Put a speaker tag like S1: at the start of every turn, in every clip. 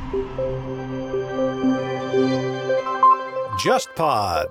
S1: JustPod。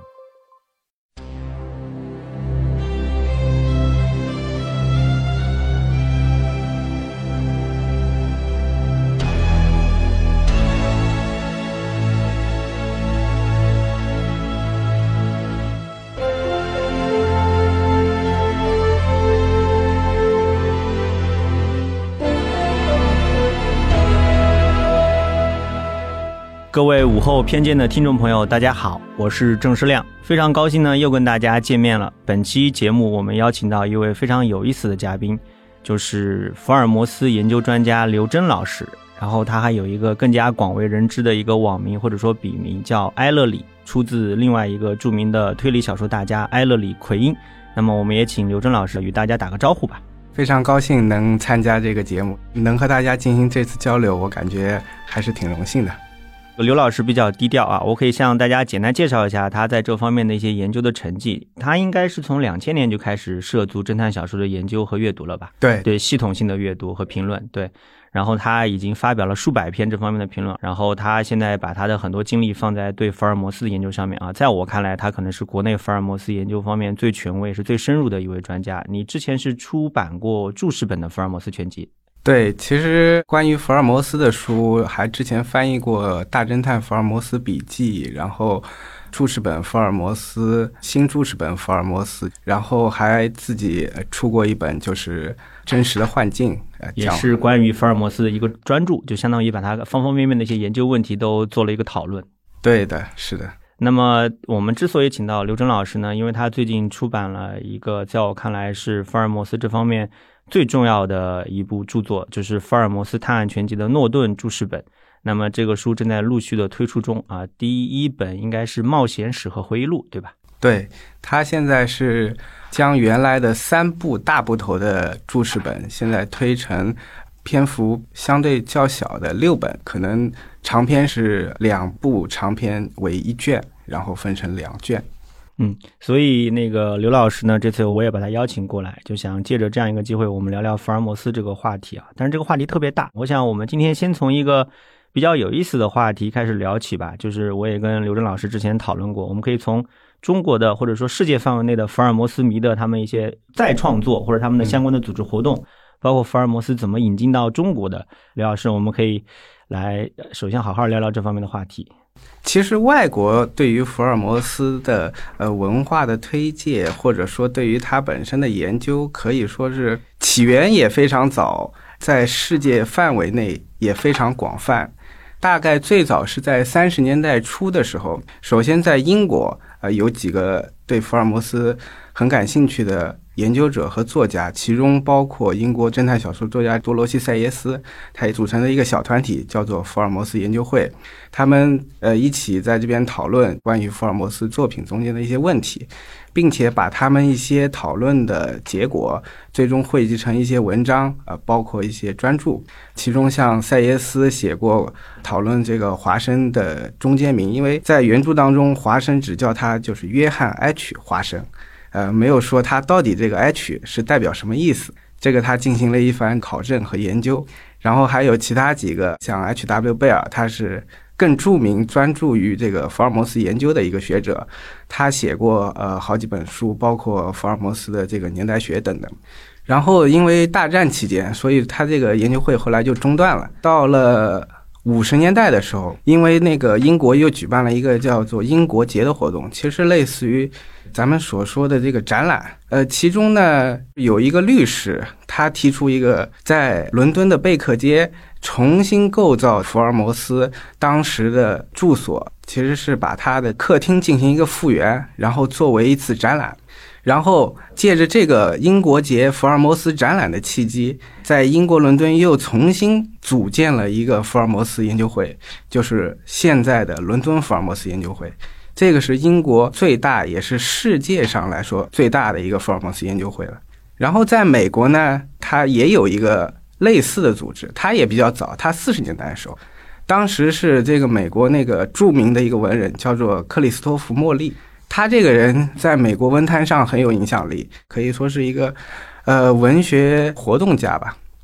S2: 各位午后偏见的听众朋友，大家好，我是郑世亮，非常高兴呢又跟大家见面了。本期节目我们邀请到一位非常有意思的嘉宾，就是福尔摩斯研究专家刘真老师，然后他还有一个更加广为人知的一个网名或者说笔名叫埃勒里，出自另外一个著名的推理小说大家埃勒里奎因。那么我们也请刘真老师与大家打个招呼吧。
S3: 非常高兴能参加这个节目，能和大家进行这次交流，我感觉还是挺荣幸的。
S2: 刘老师比较低调啊，我可以向大家简单介绍一下他在这方面的一些研究的成绩。他应该是从2000年就开始涉足侦探小说的研究和阅读了吧？对，系统性的阅读和评论，对。然后他已经发表了数百篇这方面的评论，然后他现在把他的很多精力放在对福尔摩斯的研究上面啊。在我看来，他可能是国内福尔摩斯研究方面最权威、是最深入的一位专家。你之前是出版过注释本的福尔摩斯全集？
S3: 对，其实关于福尔摩斯的书还之前翻译过《大侦探福尔摩斯笔记》，然后注释本福尔摩斯、新注释本福尔摩斯，然后还自己出过一本就是真实的幻境，
S2: 也是关于福尔摩斯的一个专著，就相当于把他方方面面的一些研究问题都做了一个讨论。
S3: 对的，是的。
S2: 那么我们之所以请到刘真老师呢，因为他最近出版了一个在我看来是福尔摩斯这方面最重要的一部著作，就是福尔摩斯探案全集的诺顿注释本。那么这个书正在陆续的推出中啊，第一本应该是冒险史和回忆录，对吧？
S3: 对，他现在是将原来的3部大部头的注释本现在推成篇幅相对较小的6本，可能长篇是2部长篇为1卷，然后分成2卷。
S2: 所以那个刘老师呢，这次我也把他邀请过来，就想借着这样一个机会，我们聊聊福尔摩斯这个话题啊。但是这个话题特别大，我想我们今天先从一个比较有意思的话题开始聊起吧。就是我也跟刘真老师之前讨论过，我们可以从中国的或者说世界范围内的福尔摩斯迷的他们一些再创作或者他们的相关的组织活动，包括福尔摩斯怎么引进到中国的。刘老师，我们可以来首先好好聊聊这方面的话题。
S3: 其实外国对于福尔摩斯的文化的推介，或者说对于他本身的研究，可以说是起源也非常早，在世界范围内也非常广泛。大概最早是在30年代初的时候，首先在英国有几个对福尔摩斯很感兴趣的研究者和作家，其中包括英国侦探小说作家多罗西·塞耶斯，他也组成了一个小团体，叫做福尔摩斯研究会。他们一起在这边讨论关于福尔摩斯作品中间的一些问题，并且把他们一些讨论的结果最终汇集成一些文章，包括一些专著。其中像塞耶斯写过讨论这个华生的中间名，因为在原著当中华生只叫他就是约翰 H 华生，没有说他到底这个 H 是代表什么意思，这个他进行了一番考证和研究。然后还有其他几个，像 H.W. 贝尔，他是更著名专注于这个福尔摩斯研究的一个学者，他写过好几本书，包括福尔摩斯的这个年代学等等。然后因为大战期间，所以他这个研究会后来就中断了。到了50年代的时候，因为那个英国又举办了一个叫做英国节的活动，其实类似于咱们所说的这个展览。其中呢有一个律师，他提出一个在伦敦的贝克街重新构造福尔摩斯当时的住所，其实是把他的客厅进行一个复原，然后作为一次展览。然后借着这个英国节福尔摩斯展览的契机，在英国伦敦又重新组建了一个福尔摩斯研究会，就是现在的伦敦福尔摩斯研究会。这个是英国最大也是世界上来说最大的一个福尔摩斯研究会了。然后在美国呢，它也有一个类似的组织，它也比较早，它40年代的时候，当时是这个美国那个著名的一个文人叫做克里斯托弗·莫利，他这个人在美国文坛上很有影响力，可以说是一个文学活动家吧。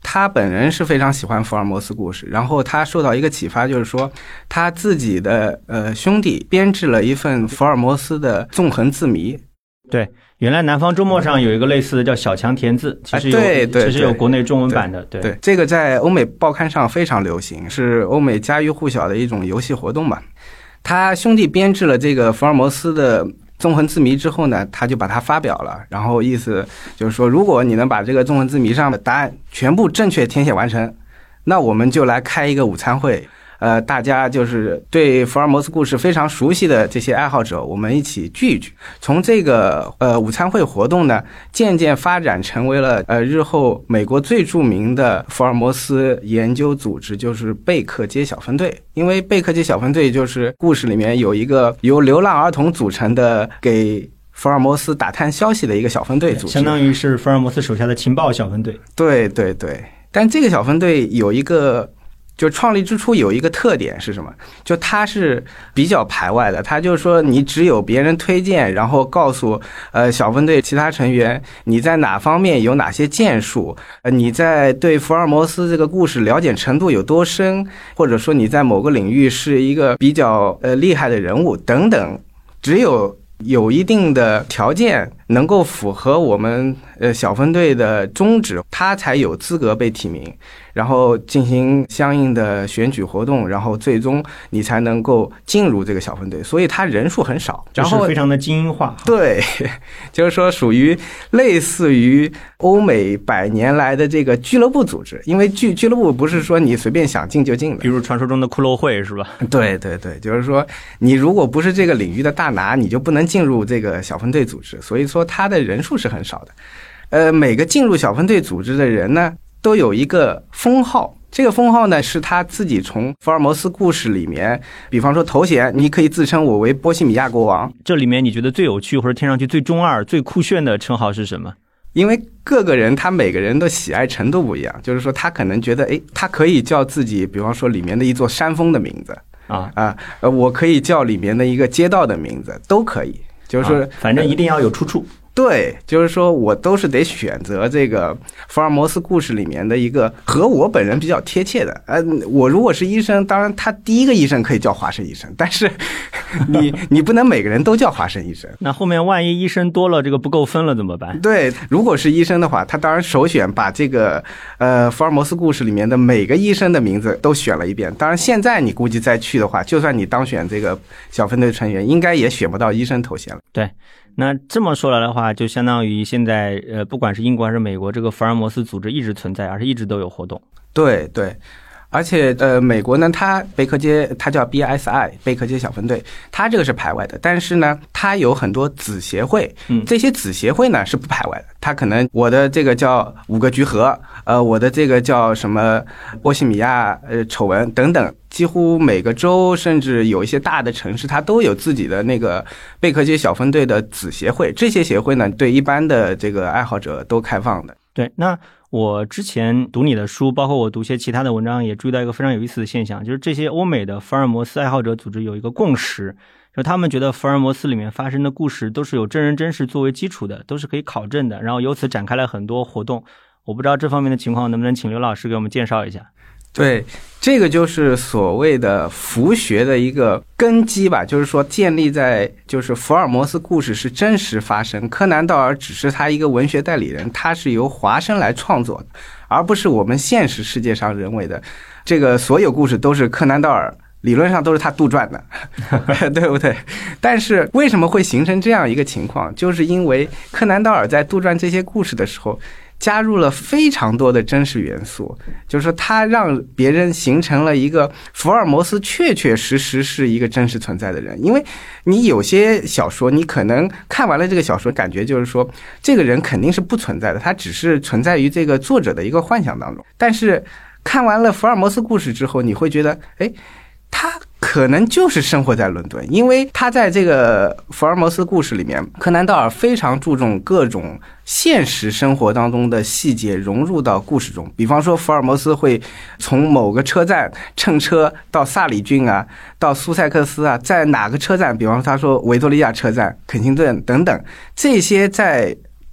S3: 他本人是非常喜欢福尔摩斯故事，然后他受到一个启发，就是说他自己的兄弟编制了一份福尔摩斯的纵横字谜。
S2: 对，原来南方周末上有一个类似的叫小强填字，其实有国内中文版的。
S3: 对，这个在欧美报刊上非常流行，是欧美家喻户晓的一种游戏活动吧。他兄弟编制了这个福尔摩斯的纵横字谜之后呢，他就把它发表了，然后意思就是说，如果你能把这个纵横字谜上的答案全部正确填写完成，那我们就来开一个午餐会。大家就是对福尔摩斯故事非常熟悉的这些爱好者，我们一起聚一聚。从这个午餐会活动呢，渐渐发展成为了日后美国最著名的福尔摩斯研究组织，就是贝克街小分队。因为贝克街小分队就是故事里面有一个由流浪儿童组成的给福尔摩斯打探消息的一个小分队组织，
S2: 相当于是福尔摩斯手下的情报小分队。
S3: 对对对，但这个小分队有一个，就创立之初有一个特点是什么？就它是比较排外的，它就是说你只有别人推荐，然后告诉小分队其他成员你在哪方面有哪些建树，你在对福尔摩斯这个故事了解程度有多深，或者说你在某个领域是一个比较厉害的人物等等，只有一定的条件能够符合我们小分队的宗旨，他才有资格被提名，然后进行相应的选举活动，然后最终你才能够进入这个小分队，所以他人数很少，然后
S2: 就是非常的精英化。
S3: 对，就是说属于类似于欧美100年来的这个俱乐部组织，因为俱乐部不是说你随便想进就进的，
S2: 比如传说中的骷髅会是吧？
S3: 对对对，就是说你如果不是这个领域的大拿，你就不能进入这个小分队组织，所以说他的人数是很少的。每个进入小分队组织的人呢，都有一个封号，这个封号呢是他自己从福尔摩斯故事里面，比方说头衔，你可以自称我为波西米亚国王。
S2: 这里面你觉得最有趣或者听上去最中二最酷炫的称号是什么？
S3: 因为各个人他每个人的喜爱程度不一样，就是说他可能觉得他可以叫自己比方说里面的一座山峰的名字我可以叫里面的一个街道的名字都可以，就是说
S2: 反正一定要有出处。
S3: 对，就是说我都是得选择这个福尔摩斯故事里面的一个和我本人比较贴切的。我如果是医生，当然他第一个医生可以叫华生医生，但是你不能每个人都叫华生医生。
S2: 那后面万一医生多了，这个不够分了怎么办？
S3: 对，如果是医生的话，他当然首选把这个福尔摩斯故事里面的每个医生的名字都选了一遍。当然现在你估计再去的话，就算你当选这个小分队成员，应该也选不到医生头衔了。
S2: 对。那这么说来的话，就相当于现在不管是英国还是美国，这个福尔摩斯组织一直存在，而且一直都有活动。
S3: 对对，而且美国呢，它贝克街它叫 BSI 贝克街小分队，它这个是排外的，但是呢，它有很多子协会，这些子协会呢是不排外的。它可能我的这个叫5个橘盒，我的这个叫什么波西米亚丑闻等等，几乎每个州甚至有一些大的城市，它都有自己的那个贝克街小分队的子协会。这些协会呢，对一般的这个爱好者都开放的。
S2: 对，那我之前读你的书，包括我读些其他的文章，也注意到一个非常有意思的现象，就是这些欧美的福尔摩斯爱好者组织有一个共识，就他们觉得福尔摩斯里面发生的故事都是有真人真事作为基础的，都是可以考证的，然后由此展开了很多活动。我不知道这方面的情况能不能请刘老师给我们介绍一下。
S3: 对，这个就是所谓的福学的一个根基吧，就是说建立在就是福尔摩斯故事是真实发生，柯南道尔只是他一个文学代理人，他是由华生来创作的，而不是我们现实世界上认为的这个所有故事都是柯南道尔理论上都是他杜撰的对不对？但是为什么会形成这样一个情况，就是因为柯南道尔在杜撰这些故事的时候加入了非常多的真实元素，就是说他让别人形成了一个福尔摩斯确确实实是一个真实存在的人。因为你有些小说你可能看完了这个小说，感觉就是说这个人肯定是不存在的，他只是存在于这个作者的一个幻想当中。但是看完了福尔摩斯故事之后，你会觉得他可能就是生活在伦敦，因为他在这个福尔摩斯故事里面，柯南道尔非常注重各种现实生活当中的细节融入到故事中。比方说福尔摩斯会从某个车站乘车到萨里郡啊，到苏塞克斯啊，在哪个车站，比方说他说维多利亚车站、肯辛顿等等，这些在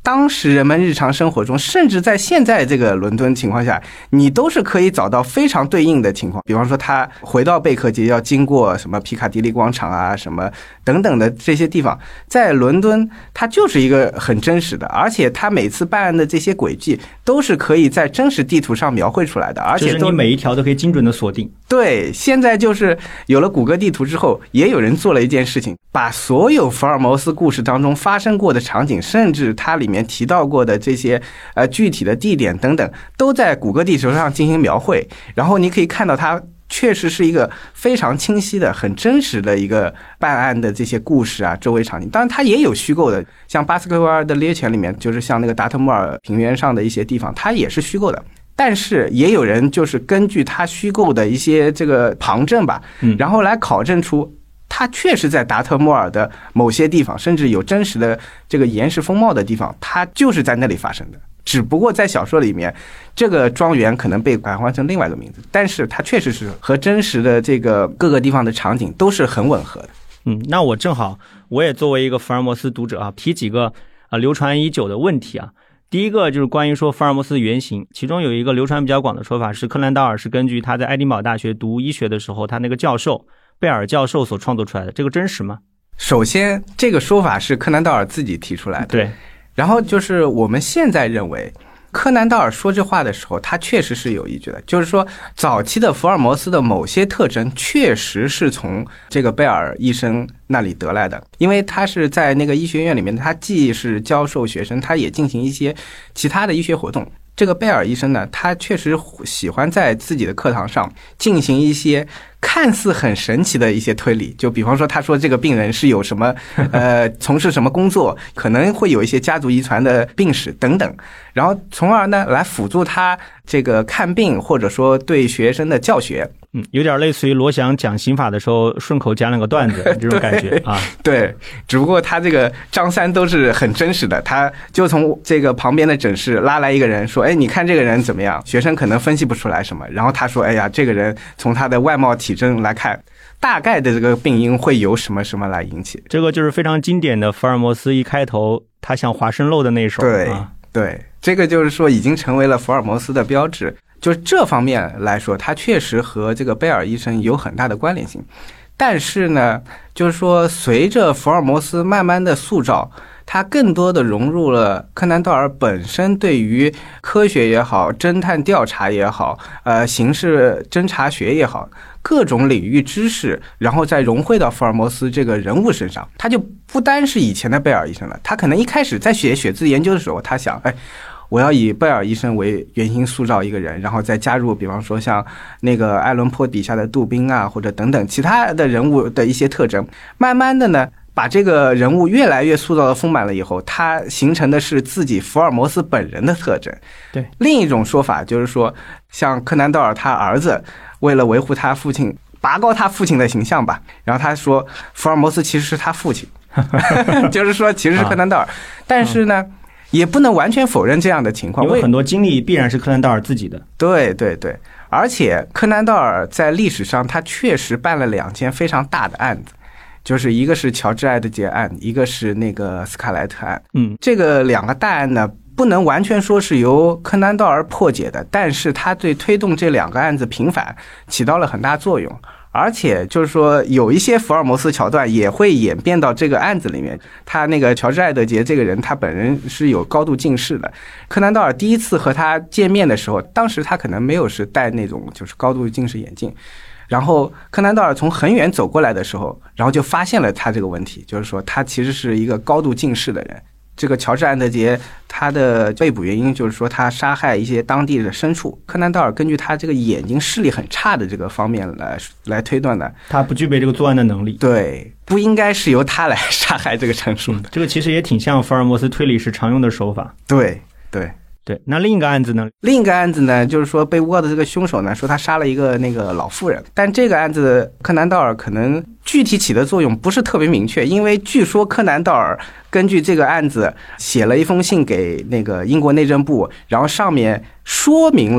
S3: 当时人们日常生活中，甚至在现在这个伦敦情况下，你都是可以找到非常对应的情况。比方说他回到贝克街要经过什么皮卡迪利广场啊，什么等等的这些地方，在伦敦它就是一个很真实的，而且他每次办案的这些轨迹都是可以在真实地图上描绘出来的，而且
S2: 就是你每一条都可以精准的锁定。
S3: 对，现在就是有了谷歌地图之后，也有人做了一件事情，把所有福尔摩斯故事当中发生过的场景，甚至它里面提到过的这些具体的地点等等，都在谷歌地图上进行描绘，然后你可以看到它确实是一个非常清晰的、很真实的一个办案的这些故事啊，周围场景。当然，它也有虚构的，像巴斯克维尔的猎犬里面，就是像那个达特莫尔平原上的一些地方，它也是虚构的。但是也有人就是根据它虚构的一些这个旁证吧，然后来考证出它确实在达特莫尔的某些地方，甚至有真实的这个岩石风貌的地方，它就是在那里发生的。只不过在小说里面，这个庄园可能被改换成另外一个名字，但是它确实是和真实的这个各个地方的场景都是很吻合的。
S2: 那我正好我也作为一个福尔摩斯读者啊，提几个流传已久的问题啊。第一个就是关于说福尔摩斯的原型，其中有一个流传比较广的说法是柯南道尔是根据他在爱丁堡大学读医学的时候，他那个教授贝尔教授所创作出来的，这个真实吗？
S3: 首先，这个说法是柯南道尔自己提出来的。
S2: 对。
S3: 然后就是我们现在认为，柯南道尔说这话的时候，他确实是有依据的，就是说早期的福尔摩斯的某些特征确实是从这个贝尔医生那里得来的，因为他是在那个医学院里面，他既是教授学生，他也进行一些其他的医学活动。这个贝尔医生呢，他确实喜欢在自己的课堂上进行一些看似很神奇的一些推理，就比方说他说这个病人是有什么从事什么工作，可能会有一些家族遗传的病史等等，然后从而呢来辅助他这个看病，或者说对学生的教学。
S2: 有点类似于罗翔讲刑法的时候顺口讲两个段子这种感觉啊。
S3: 对，只不过他这个张三都是很真实的，他就从这个旁边的诊室拉来一个人说，哎，你看这个人怎么样？学生可能分析不出来什么，然后他说，哎呀，这个人从他的外貌体征来看，大概的这个病因会由什么什么来引起。
S2: 这个就是非常经典的福尔摩斯一开头他像华生漏的那首。
S3: 对对，这个就是说已经成为了福尔摩斯的标志。就是这方面来说，它确实和这个贝尔医生有很大的关联性。但是呢，就是说随着福尔摩斯慢慢的塑造，它更多的融入了柯南道尔本身对于科学也好，侦探调查也好，刑事侦查学也好，各种领域知识，然后再融汇到福尔摩斯这个人物身上。他就不单是以前的贝尔医生了，他可能一开始在写血字研究的时候，他想，我要以贝尔医生为原型塑造一个人，然后再加入比方说像那个爱伦坡底下的杜宾啊，或者等等其他的人物的一些特征。慢慢的呢，把这个人物越来越塑造的丰满了以后，他形成的是自己福尔摩斯本人的特征。
S2: 对，
S3: 另一种说法就是说，像柯南道尔他儿子为了维护他父亲，拔高他父亲的形象吧，然后他说福尔摩斯其实是他父亲就是说其实是柯南道尔，但是呢也不能完全否认这样的情况，
S2: 有很多经历必然是柯南道尔自己的。
S3: 对对对，而且柯南道尔在历史上他确实办了2件非常大的案子，就是一个是乔治艾德杰案，一个是那个斯卡莱特案。这个2个大案呢，不能完全说是由柯南道尔破解的，但是他对推动这2个案子平反起到了很大作用。而且就是说有一些福尔摩斯桥段也会演变到这个案子里面。他那个乔治艾德杰这个人，他本人是有高度近视的，柯南道尔第一次和他见面的时候，当时他可能没有是戴那种就是高度近视眼镜，然后柯南道尔从很远走过来的时候，然后就发现了他这个问题，就是说他其实是一个高度近视的人。这个乔治艾德杰他的被捕原因就是说他杀害一些当地的牲畜，柯南道尔根据他这个眼睛视力很差的这个方面来推断的，
S2: 他不具备这个作案的能力。
S3: 对，不应该是由他来杀害这个牲畜。
S2: 这个其实也挺像福尔摩斯推理时常用的手法。
S3: 对对
S2: 对，那另一个案子呢？
S3: 另一个案子呢，就是说被握的这个凶手呢，说他杀了一个那个老妇人，但这个案子柯南道尔可能具体起的作用不是特别明确，因为据说柯南道尔根据这个案子写了一封信给那个英国内政部，然后上面说明了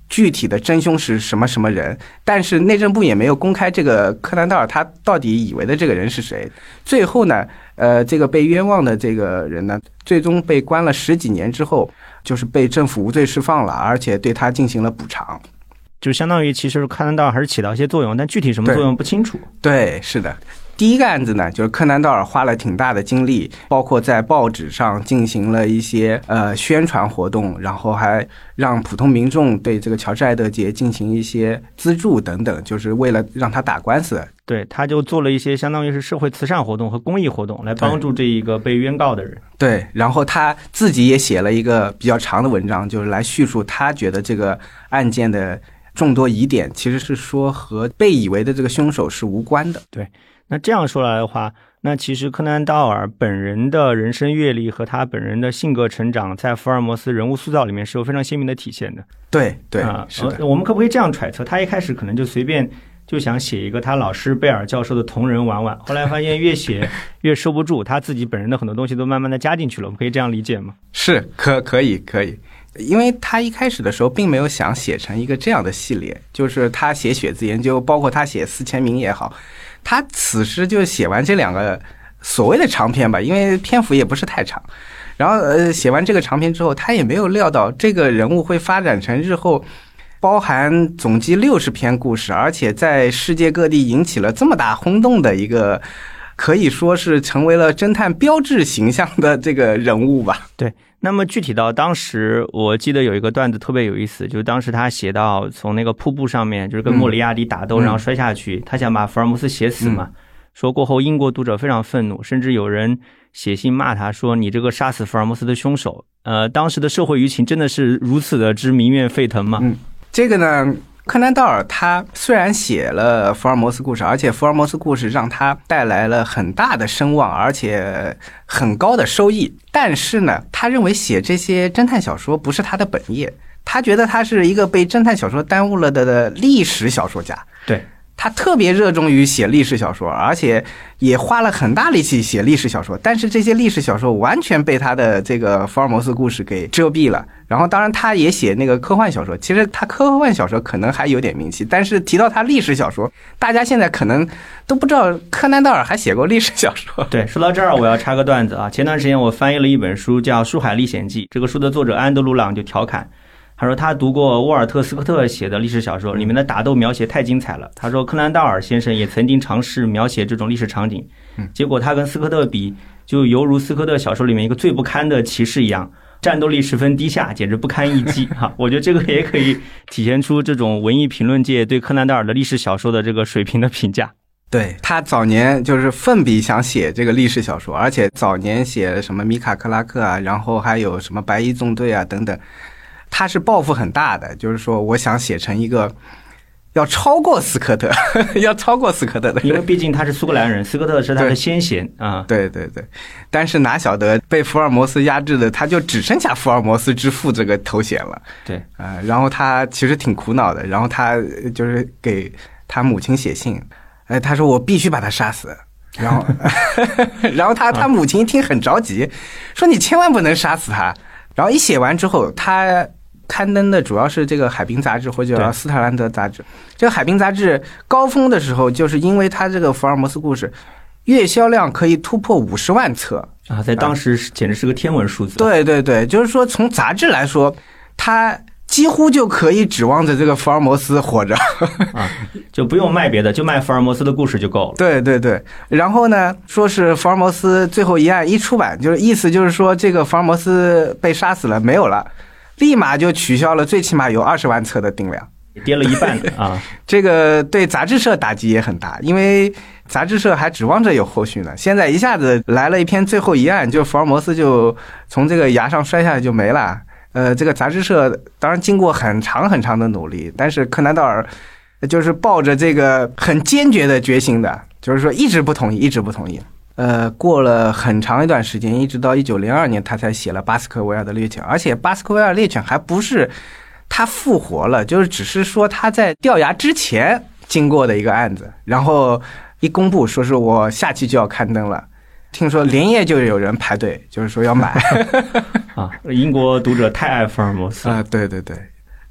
S3: 具体的真凶是什么什么人，但是内政部也没有公开这个柯南道尔他到底以为的这个人是谁。最后呢，这个被冤枉的这个人呢，最终被关了10几年之后，就是被政府无罪释放了，而且对他进行了补偿。
S2: 就相当于其实柯南道尔还是起到一些作用，但具体什么作用不清楚。
S3: 对，是的。第一个案子呢，就是柯南道尔花了挺大的精力，包括在报纸上进行了一些宣传活动，然后还让普通民众对这个乔治·艾德杰进行一些资助等等，就是为了让他打官司。
S2: 对，他就做了一些相当于是社会慈善活动和公益活动，来帮助这一个被冤告的人。
S3: 对，然后他自己也写了一个比较长的文章，就是来叙述他觉得这个案件的众多疑点其实是说和被以为的这个凶手是无关的。
S2: 对，那这样说来的话，那其实柯南道尔本人的人生阅历和他本人的性格成长，在福尔摩斯人物塑造里面是有非常鲜明的体现的。
S3: 对对，是的。
S2: 我们可不可以这样揣测，他一开始可能就随便就想写一个他老师贝尔教授的同人玩玩，后来发现越写越收不住，他自己本人的很多东西都慢慢的加进去了，我们可以这样理解吗？
S3: 是，可以。因为他一开始的时候并没有想写成一个这样的系列，就是他写血字研究，包括他写四签名也好，他此时就写完这2个所谓的长篇吧，因为篇幅也不是太长。然后写完这个长篇之后，他也没有料到这个人物会发展成日后包含总计60篇故事，而且在世界各地引起了这么大轰动的一个，可以说是成为了侦探标志形象的这个人物吧。
S2: 对。那么具体到当时，我记得有一个段子特别有意思，就是当时他写到从那个瀑布上面，就是跟莫里亚蒂打斗，然后摔下去，他想把福尔摩斯写死嘛。说过后英国读者非常愤怒，甚至有人写信骂他说你这个杀死福尔摩斯的凶手。当时的社会舆情真的是如此的之民怨沸腾吗？
S3: 这个呢，柯南道尔他虽然写了福尔摩斯故事，而且福尔摩斯故事让他带来了很大的声望，而且很高的收益，但是呢，他认为写这些侦探小说不是他的本业，他觉得他是一个被侦探小说耽误了的历史小说家。
S2: 对，
S3: 他特别热衷于写历史小说，而且也花了很大力气写历史小说，但是这些历史小说完全被他的这个福尔摩斯故事给遮蔽了。然后当然他也写那个科幻小说，其实他科幻小说可能还有点名气，但是提到他历史小说，大家现在可能都不知道柯南道尔还写过历史小说。
S2: 对，说到这儿我要插个段子啊，前段时间我翻译了一本书叫《书海历险记》，这个书的作者安德鲁·朗就调侃，他说他读过沃尔特·斯科特写的历史小说，里面的打斗描写太精彩了。他说柯南道尔先生也曾经尝试描写这种历史场景，结果他跟斯科特比，就犹如斯科特小说里面一个最不堪的骑士一样，战斗力十分低下，简直不堪一击哈。我觉得这个也可以体现出这种文艺评论界对柯南道尔的历史小说的这个水平的评价。
S3: 对，他早年就是奋笔想写这个历史小说，而且早年写什么米卡克拉克啊，然后还有什么白衣纵队啊等等，他是抱负很大的，就是说我想写成一个要超过斯科特要超过斯科特的人，
S2: 因为毕竟他是苏格兰人，斯科特是他的先贤啊。
S3: 对，但是哪晓得被福尔摩斯压制的，他就只剩下福尔摩斯之父这个头衔了。
S2: 对，
S3: 然后他其实挺苦恼的，然后他就是给他母亲写信，他说我必须把他杀死。然后然后他母亲一听很着急，说你千万不能杀死他。然后一写完之后，他刊登的主要是这个海滨杂志或者叫斯特兰德杂志。这个海滨杂志高峰的时候，就是因为他这个福尔摩斯故事月销量可以突破50万册
S2: 啊，在当时简直是个天文数字。
S3: 对，就是说从杂志来说，他几乎就可以指望着这个福尔摩斯活着
S2: 啊，就不用卖别的，就卖福尔摩斯的故事就够了。
S3: 对，然后呢，说是福尔摩斯最后一案一出版，就是意思就是说这个福尔摩斯被杀死了，没有了，立马就取消了最起码有20万册的定量，
S2: 跌了一半啊。
S3: 这个对杂志社打击也很大，因为杂志社还指望着有后续呢，现在一下子来了一篇最后一案，就福尔摩斯就从这个崖上摔下来就没了。这个杂志社当然经过很长的努力，但是柯南道尔就是抱着这个很坚决的决心的，就是说一直不同意。过了很长一段时间，一直到1902年他才写了巴斯克维尔的猎犬，而且巴斯克维尔猎犬还不是他复活了，就是只是说他在掉牙之前经过的一个案子，然后一公布说是我下期就要刊登了，听说连夜就有人排队，就是说要买
S2: 啊！英国读者太爱福尔摩斯
S3: 啊，对，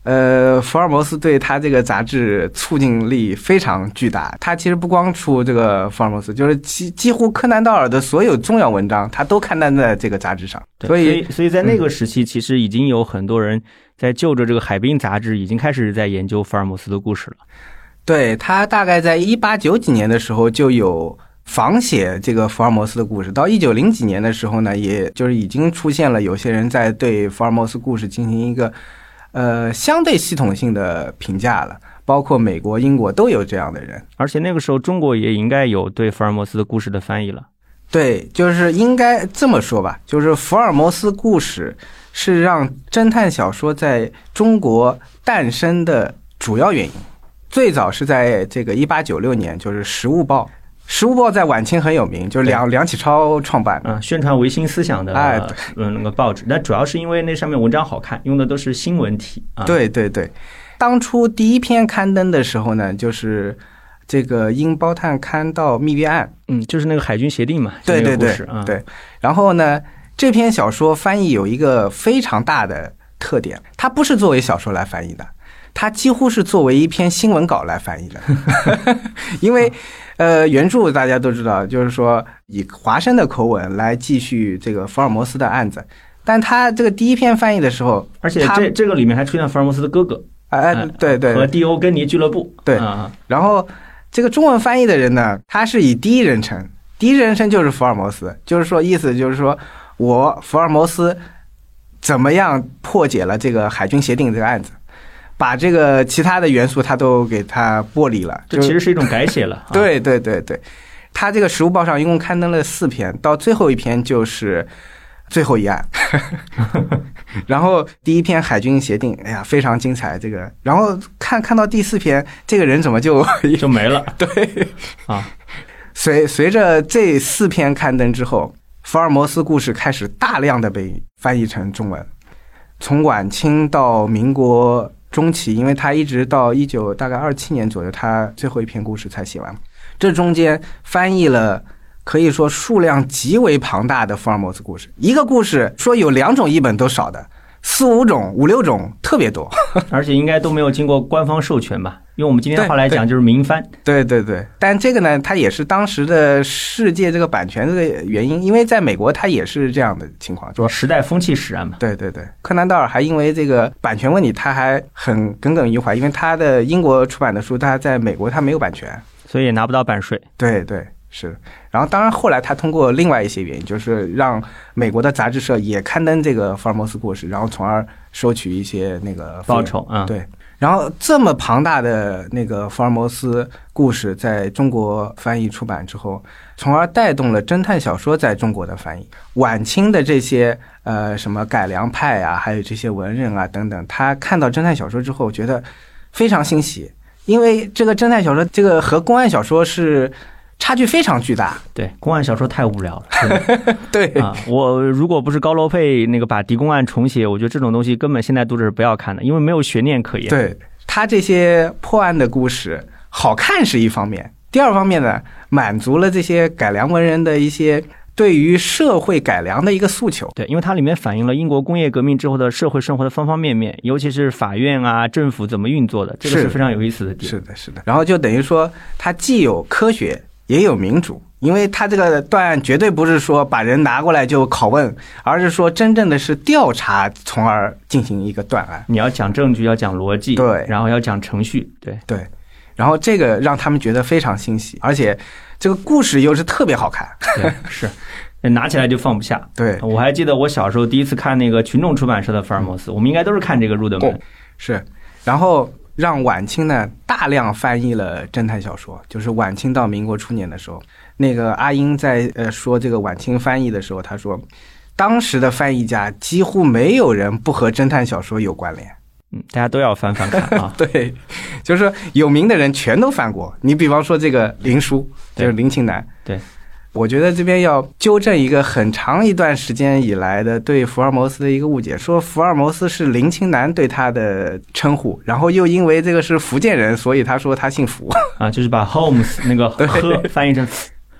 S3: 福尔摩斯对他这个杂志促进力非常巨大。他其实不光出这个福尔摩斯，就是几乎柯南道尔的所有重要文章，他都刊登在这个杂志上。
S2: 所以在那个时期，其实已经有很多人在就着这个海滨杂志，已经开始在研究福尔摩斯的故事了。
S3: 对，他大概在1890几年的时候就有仿写这个福尔摩斯的故事，到1900几年的时候呢，也就是已经出现了有些人在对福尔摩斯故事进行一个相对系统性的评价了，包括美国、英国都有这样的人。
S2: 而且那个时候中国也应该有对福尔摩斯的故事的翻译了。
S3: 对，就是应该这么说吧，就是福尔摩斯故事是让侦探小说在中国诞生的主要原因。最早是在这个1896年，就是《时务报》。《时务报》在晚清很有名，就是梁启超创办的，
S2: 宣传维新思想的那个报纸。但主要是因为那上面文章好看，用的都是新闻体。
S3: 对对对，当初第一篇刊登的时候呢，就是这个因包探勘到蜜月案，
S2: 就是那个海军协定嘛。
S3: 对对对对。然后呢，这篇小说翻译有一个非常大的特点，它不是作为小说来翻译的，它几乎是作为一篇新闻稿来翻译的。因为原著大家都知道，就是说以华生的口吻来继续这个福尔摩斯的案子，但他这个第一篇翻译的时候，
S2: 而且这个里面还出现福尔摩斯的哥哥，
S3: 对对，
S2: 和蒂欧根尼俱乐部，
S3: 对。然后这个中文翻译的人呢，他是以第一人称就是福尔摩斯，就是说意思就是说我福尔摩斯怎么样破解了这个海军协定这个案子。把这个其他的元素他都给他剥离了，
S2: 这其实是一种改写了。
S3: 对对对对，他这个《时务报》上一共刊登了4篇，到最后一篇就是最后一案。然后第一篇海军协定，哎呀，非常精彩这个。然后看到第4篇，这个人怎么就
S2: 没了？
S3: 对
S2: 啊，
S3: 随着这4篇刊登之后，福尔摩斯故事开始大量的被翻译成中文，从晚清到民国中期，因为他一直到大概27年左右，他最后一篇故事才写完。这中间翻译了可以说数量极为庞大的福尔摩斯故事，一个故事说有2种译本都少的，4、5种、5、6种特别多，
S2: 而且应该都没有经过官方授权吧？用我们今天话来讲就是民翻。
S3: 对对对，但这个呢，它也是当时的世界这个版权这个原因，因为在美国它也是这样的情况，说
S2: 时代风气使然嘛。
S3: 对对对，柯南道尔还因为这个版权问题，他还很耿耿于怀，因为他的英国出版的书，他在美国他没有版权，
S2: 所以也拿不到版税。
S3: 对对。是，然后当然后来他通过另外一些原因，就是让美国的杂志社也刊登这个福尔摩斯故事，然后从而收取一些那个
S2: 报酬啊。
S3: 对，然后这么庞大的那个福尔摩斯故事在中国翻译出版之后，从而带动了侦探小说在中国的翻译。晚清的这些什么改良派啊，还有这些文人啊等等，他看到侦探小说之后觉得非常欣喜，因为这个侦探小说这个和公案小说是差距非常巨大。
S2: 对，公案小说太无聊了。
S3: 对
S2: 啊，我如果不是高罗佩那个把狄公案重写，我觉得这种东西根本现在读者是不要看的，因为没有悬念可言。
S3: 对，他这些破案的故事好看是一方面，第二方面呢，满足了这些改良文人的一些对于社会改良的一个诉求。
S2: 对，因为它里面反映了英国工业革命之后的社会生活的方方面面，尤其是法院啊、政府怎么运作的，这个是非常有意思的点。
S3: 是的，是的。然后就等于说，它既有科学，也有民主。因为它这个断案绝对不是说把人拿过来就拷问，而是说真正的是调查，从而进行一个断案。
S2: 你要讲证据，要讲逻辑，
S3: 对，
S2: 然后要讲程序，对
S3: 对。然后这个让他们觉得非常欣喜，而且这个故事又是特别好看。
S2: 对，是。拿起来就放不下。
S3: 对，
S2: 我还记得我小时候第一次看那个群众出版社的福尔摩斯，我们应该都是看这个入的门。
S3: 是，然后让晚清呢大量翻译了侦探小说，就是晚清到民国初年的时候，那个阿英在说这个晚清翻译的时候，他说当时的翻译家几乎没有人不和侦探小说有关联。
S2: 大家都要翻翻看啊。
S3: 对，就是说有名的人全都翻过。你比方说这个林书，就是林清南。
S2: 对，
S3: 我觉得这边要纠正一个很长一段时间以来的对福尔摩斯的一个误解，说福尔摩斯是林清南对他的称呼，然后又因为这个是福建人，所以他说他姓福
S2: 啊，就是把 Holmes 那个呵翻译成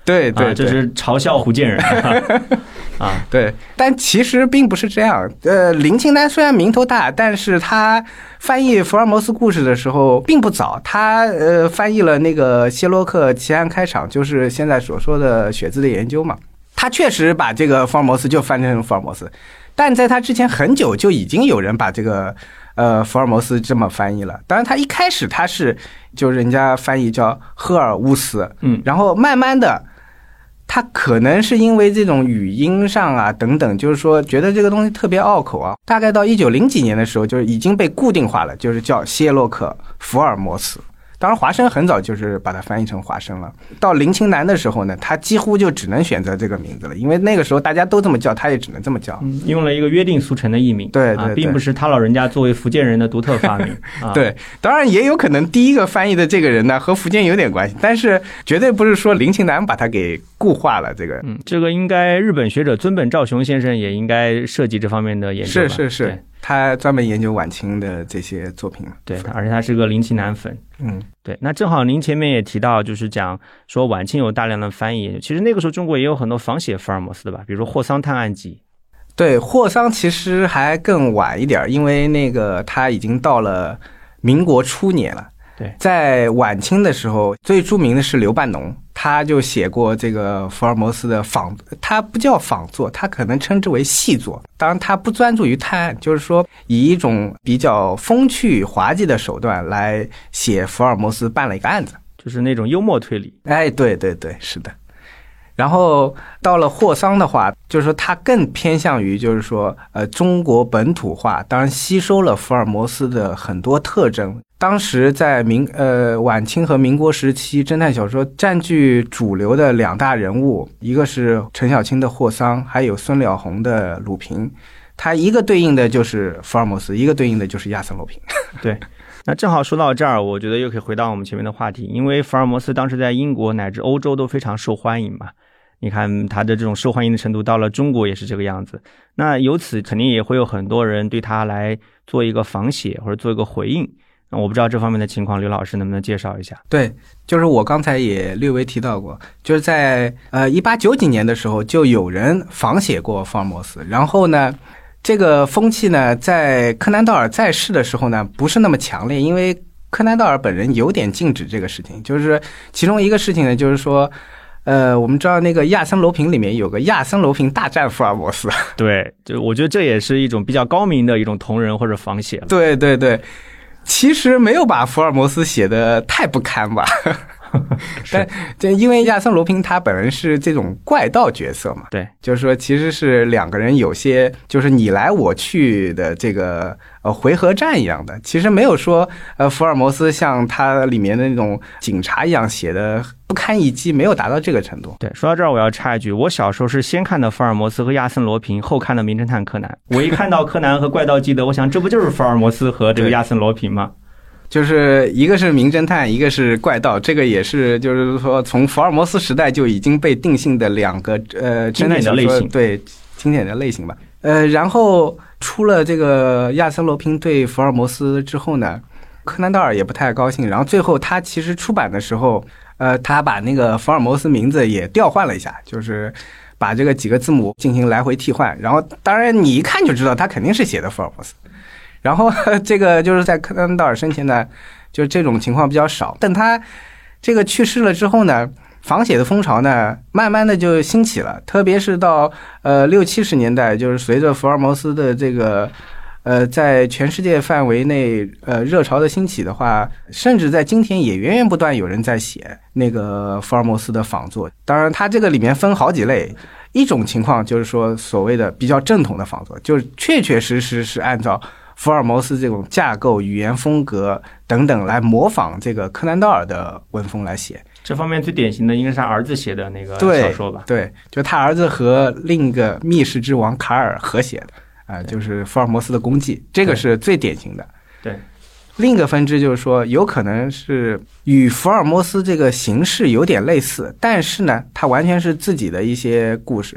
S3: 对对，
S2: 这是嘲笑福建人啊。
S3: 对，但其实并不是这样。林清南虽然名头大，但是他翻译福尔摩斯故事的时候并不早。他翻译了那个谢洛克奇案开场，就是现在所说的血字的研究嘛。他确实把这个福尔摩斯就翻成福尔摩斯，但在他之前很久就已经有人把这个福尔摩斯这么翻译了。当然他一开始他是就是人家翻译叫赫尔乌斯，然后慢慢的他可能是因为这种语音上啊等等，就是说觉得这个东西特别拗口啊，大概到1900几年的时候就已经被固定化了，就是叫谢洛克福尔摩斯。当然华生很早就是把它翻译成华生了。到林清南的时候呢，他几乎就只能选择这个名字了，因为那个时候大家都这么叫，他也只能这么叫。
S2: 用了一个约定俗成的译名，
S3: 对 对，
S2: 并不是他老人家作为福建人的独特发明。
S3: 对，当然也有可能第一个翻译的这个人呢和福建有点关系，但是绝对不是说林清南把他给固化了。这个
S2: 这个应该日本学者尊本兆雄先生也应该涉及这方面的研究吧。
S3: 是，他专门研究晚清的这些作品。
S2: 对，而且他是个林清南粉。对，那正好您前面也提到，就是讲说晚清有大量的翻译，其实那个时候中国也有很多仿写福尔摩斯的吧，比如说霍桑探案集。
S3: 对，霍桑其实还更晚一点，因为那个他已经到了民国初年了。
S2: 对，
S3: 在晚清的时候，最著名的是刘半农，他就写过这个福尔摩斯的他不叫仿作，他可能称之为细作。当然他不专注于探案，就是说以一种比较风趣滑稽的手段来写福尔摩斯办了一个案子，
S2: 就是那种幽默推理。
S3: 哎，对对对，是的。然后到了霍桑的话，就是说他更偏向于就是说中国本土化，当然吸收了福尔摩斯的很多特征。当时在晚清和民国时期，侦探小说占据主流的两大人物，一个是陈小青的霍桑，还有孙了红的鲁平。他一个对应的就是福尔摩斯，一个对应的就是亚森罗平。
S2: 对，那正好说到这儿，我觉得又可以回到我们前面的话题，因为福尔摩斯当时在英国乃至欧洲都非常受欢迎嘛。你看他的这种受欢迎的程度到了中国也是这个样子，那由此肯定也会有很多人对他来做一个仿写或者做一个回应。那我不知道这方面的情况刘老师能不能介绍一下。
S3: 对，就是我刚才也略微提到过，就是在1890几年的时候就有人仿写过福尔摩斯，然后呢这个风气呢在柯南道尔在世的时候呢不是那么强烈，因为柯南道尔本人有点禁止这个事情。就是其中一个事情呢，就是说我们知道那个亚森罗平里面有个亚森罗平大战福尔摩斯。
S2: 对，就我觉得这也是一种比较高明的一种同人或者仿写了。
S3: 对对对，其实没有把福尔摩斯写得太不堪吧。但因为亚森罗平他本人是这种怪盗角色嘛，
S2: 对，
S3: 就是说其实是两个人有些就是你来我去的这个回合战一样的，其实没有说福尔摩斯像他里面的那种警察一样写的不堪一击，没有达到这个程度。
S2: 对，说到这儿我要插一句，我小时候是先看的福尔摩斯和亚森罗平，后看的名侦探柯南。我一看到柯南和怪盗基德，我想这不就是福尔摩斯和这个亚森罗平吗？
S3: 就是一个是名侦探，一个是怪盗，这个也是就是说从福尔摩斯时代就已经被定性的两个
S2: 经典的类型，
S3: 对，经典的类型吧。然后出了这个亚森罗平对福尔摩斯之后呢，柯南道尔也不太高兴，然后最后他其实出版的时候他把那个福尔摩斯名字也调换了一下，就是把这个几个字母进行来回替换，然后当然你一看就知道他肯定是写的福尔摩斯。然后这个就是在柯南道尔生前呢，就这种情况比较少。等他这个去世了之后呢，仿写的风潮呢，慢慢的就兴起了。特别是到60、70年代，就是随着福尔摩斯的这个在全世界范围内热潮的兴起的话，甚至在今天也源源不断有人在写那个福尔摩斯的仿作。当然，它这个里面分好几类。一种情况就是说所谓的比较正统的仿作，就是确确实实是按照福尔摩斯这种架构、语言风格等等来模仿这个柯南道尔的文风来写。
S2: 这方面最典型的应该是他儿子写的那个小说吧？
S3: 对，就他儿子和另一个密室之王卡尔合写的就是福尔摩斯的功绩，这个是最典型的。
S2: 对。
S3: 另一个分支就是说，有可能是与福尔摩斯这个形式有点类似，但是呢，它完全是自己的一些故事。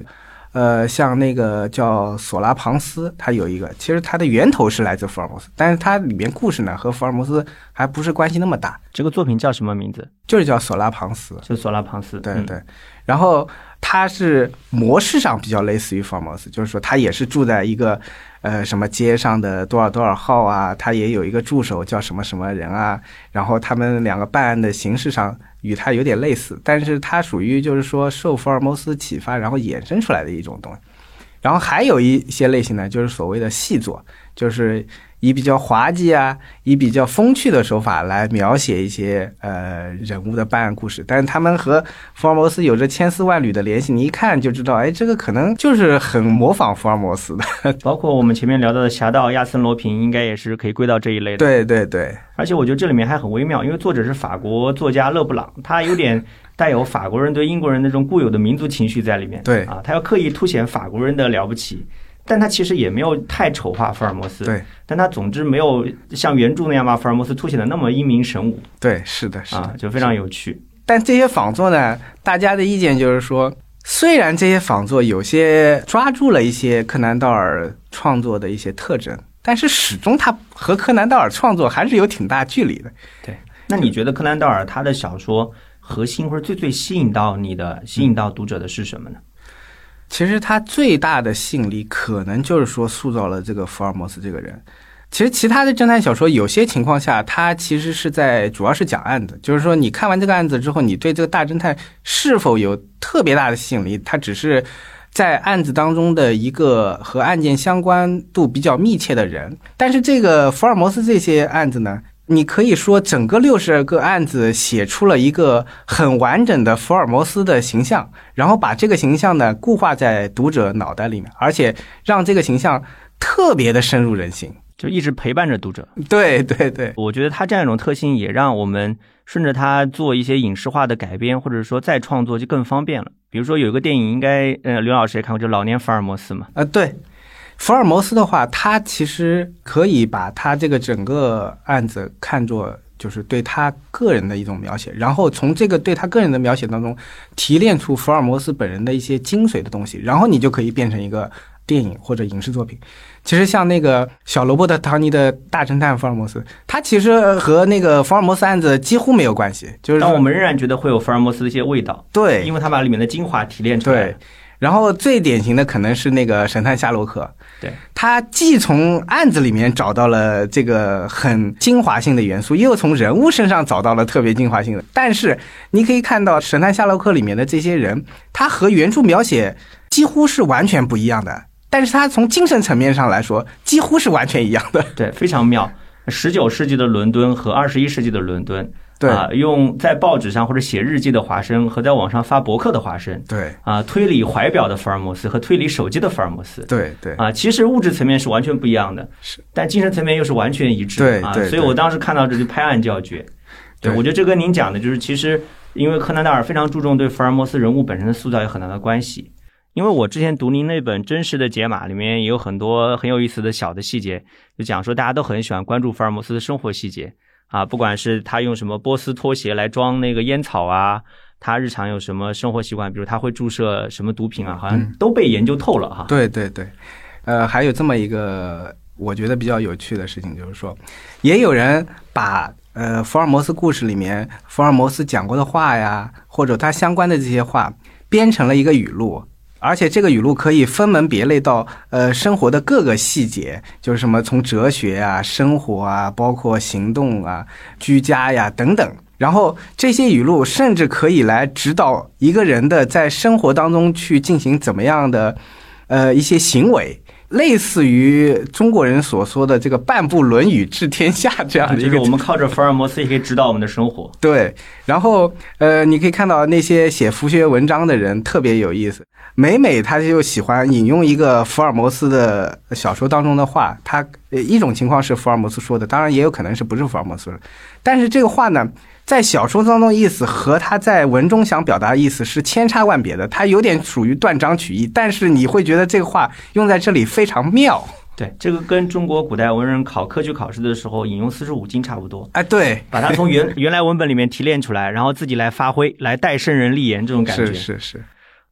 S3: 像那个叫索拉庞斯，他有一个，其实它的源头是来自福尔摩斯，但是它里面故事呢和福尔摩斯还不是关系那么大。
S2: 这个作品叫什么名字？
S3: 就是叫索拉庞斯，
S2: 就索拉庞斯。
S3: 对对。然后它是模式上比较类似于福尔摩斯，就是说他也是住在一个什么街上的多少多少号啊，他也有一个助手叫什么什么人啊，然后他们两个办案的形式上与他有点类似，但是它属于就是说受福尔摩斯启发然后衍生出来的一种东西。然后还有一些类型呢，就是所谓的细作，就是以比较滑稽啊，以比较风趣的手法来描写一些人物的办案故事，但是他们和福尔摩斯有着千丝万缕的联系，你一看就知道，哎，这个可能就是很模仿福尔摩斯的。
S2: 包括我们前面聊到的侠盗亚森罗平，应该也是可以归到这一类的。
S3: 对对对，
S2: 而且我觉得这里面还很微妙，因为作者是法国作家勒布朗，他有点带有法国人对英国人那种固有的民族情绪在里面。
S3: 对
S2: 啊，他要刻意凸显法国人的了不起。但他其实也没有太丑化福尔摩斯，
S3: 对，
S2: 但他总之没有像原著那样把福尔摩斯凸显的那么英明神武，
S3: 对，是的，是的，
S2: 啊，就非常有趣。
S3: 但这些仿作呢，大家的意见就是说，虽然这些仿作有些抓住了一些柯南道尔创作的一些特征，但是始终他和柯南道尔创作还是有挺大距离的。
S2: 对，那你觉得柯南道尔他的小说核心或者最吸引到你的、吸引到读者的是什么呢？
S3: 其实他最大的吸引力可能就是说塑造了这个福尔摩斯这个人。其实其他的侦探小说有些情况下他其实是主要是讲案子，就是说你看完这个案子之后，你对这个大侦探是否有特别大的吸引力，他只是在案子当中的一个和案件相关度比较密切的人。但是这个福尔摩斯这些案子呢，你可以说整个62个案子写出了一个很完整的福尔摩斯的形象，然后把这个形象呢固化在读者脑袋里面，而且让这个形象特别的深入人心，
S2: 就一直陪伴着读者。
S3: 对对对，
S2: 我觉得他这样一种特性也让我们顺着他做一些影视化的改编，或者说再创作就更方便了。比如说有一个电影应该刘老师也看过，就老年福尔摩斯嘛。
S3: 对，福尔摩斯的话，他其实可以把他这个整个案子看作就是对他个人的一种描写，然后从这个对他个人的描写当中提炼出福尔摩斯本人的一些精髓的东西，然后你就可以变成一个电影或者影视作品。其实像那个小罗伯特·唐尼的大侦探福尔摩斯，他其实和那个福尔摩斯案子几乎没有关系，就是
S2: 但我们仍然觉得会有福尔摩斯的一些味道。
S3: 对，
S2: 因为他把里面的精华提炼出来。
S3: 对，然后最典型的可能是那个神探夏洛克，
S2: 对，
S3: 他既从案子里面找到了这个很精华性的元素，又从人物身上找到了特别精华性的。但是你可以看到神探夏洛克里面的这些人，他和原著描写几乎是完全不一样的，但是他从精神层面上来说几乎是完全一样的。
S2: 对，非常妙。19世纪的伦敦和21世纪的伦敦，
S3: 对
S2: 用在报纸上或者写日记的华生和在网上发博客的华生，
S3: 对
S2: 推理怀表的福尔摩斯和推理手机的福尔摩斯，
S3: 对对
S2: 其实物质层面是完全不一样的，
S3: 是，
S2: 但精神层面又是完全一致。
S3: 对对，
S2: 所以我当时看到这就拍案叫绝。对，我觉得这跟您讲的就是，其实因为柯南道尔非常注重对福尔摩斯人物本身的塑造有很大的关系。因为我之前读您那本《真实的解码》里面也有很多很有意思的小的细节，就讲说大家都很喜欢关注福尔摩斯的生活细节不管是他用什么波斯拖鞋来装那个烟草啊，他日常有什么生活习惯，比如他会注射什么毒品啊，好像都被研究透了哈。
S3: 对对对，还有这么一个我觉得比较有趣的事情，就是说也有人把福尔摩斯故事里面福尔摩斯讲过的话呀，或者他相关的这些话编成了一个语录，而且这个语录可以分门别类到生活的各个细节，就是什么从哲学啊、生活啊，包括行动啊、居家呀等等。然后这些语录甚至可以来指导一个人的在生活当中去进行怎么样的一些行为，类似于中国人所说的这个半部《论语》治天下这样的一个，
S2: 就是我们靠着福尔摩斯也可以指导我们的生活。
S3: 对，然后你可以看到那些写佛学文章的人特别有意思，每他就喜欢引用一个福尔摩斯的小说当中的话，他一种情况是福尔摩斯说的，当然也有可能是不是福尔摩斯的，但是这个话呢在小说当中意思和他在文中想表达的意思是千差万别的，他有点属于断章取义，但是你会觉得这个话用在这里非常妙。
S2: 对，这个跟中国古代文人考科举考试的时候引用四书五经差不多。
S3: 对，
S2: 把它从原来文本里面提炼出来，然后自己来发挥，来代圣人立言，这种感觉。
S3: 是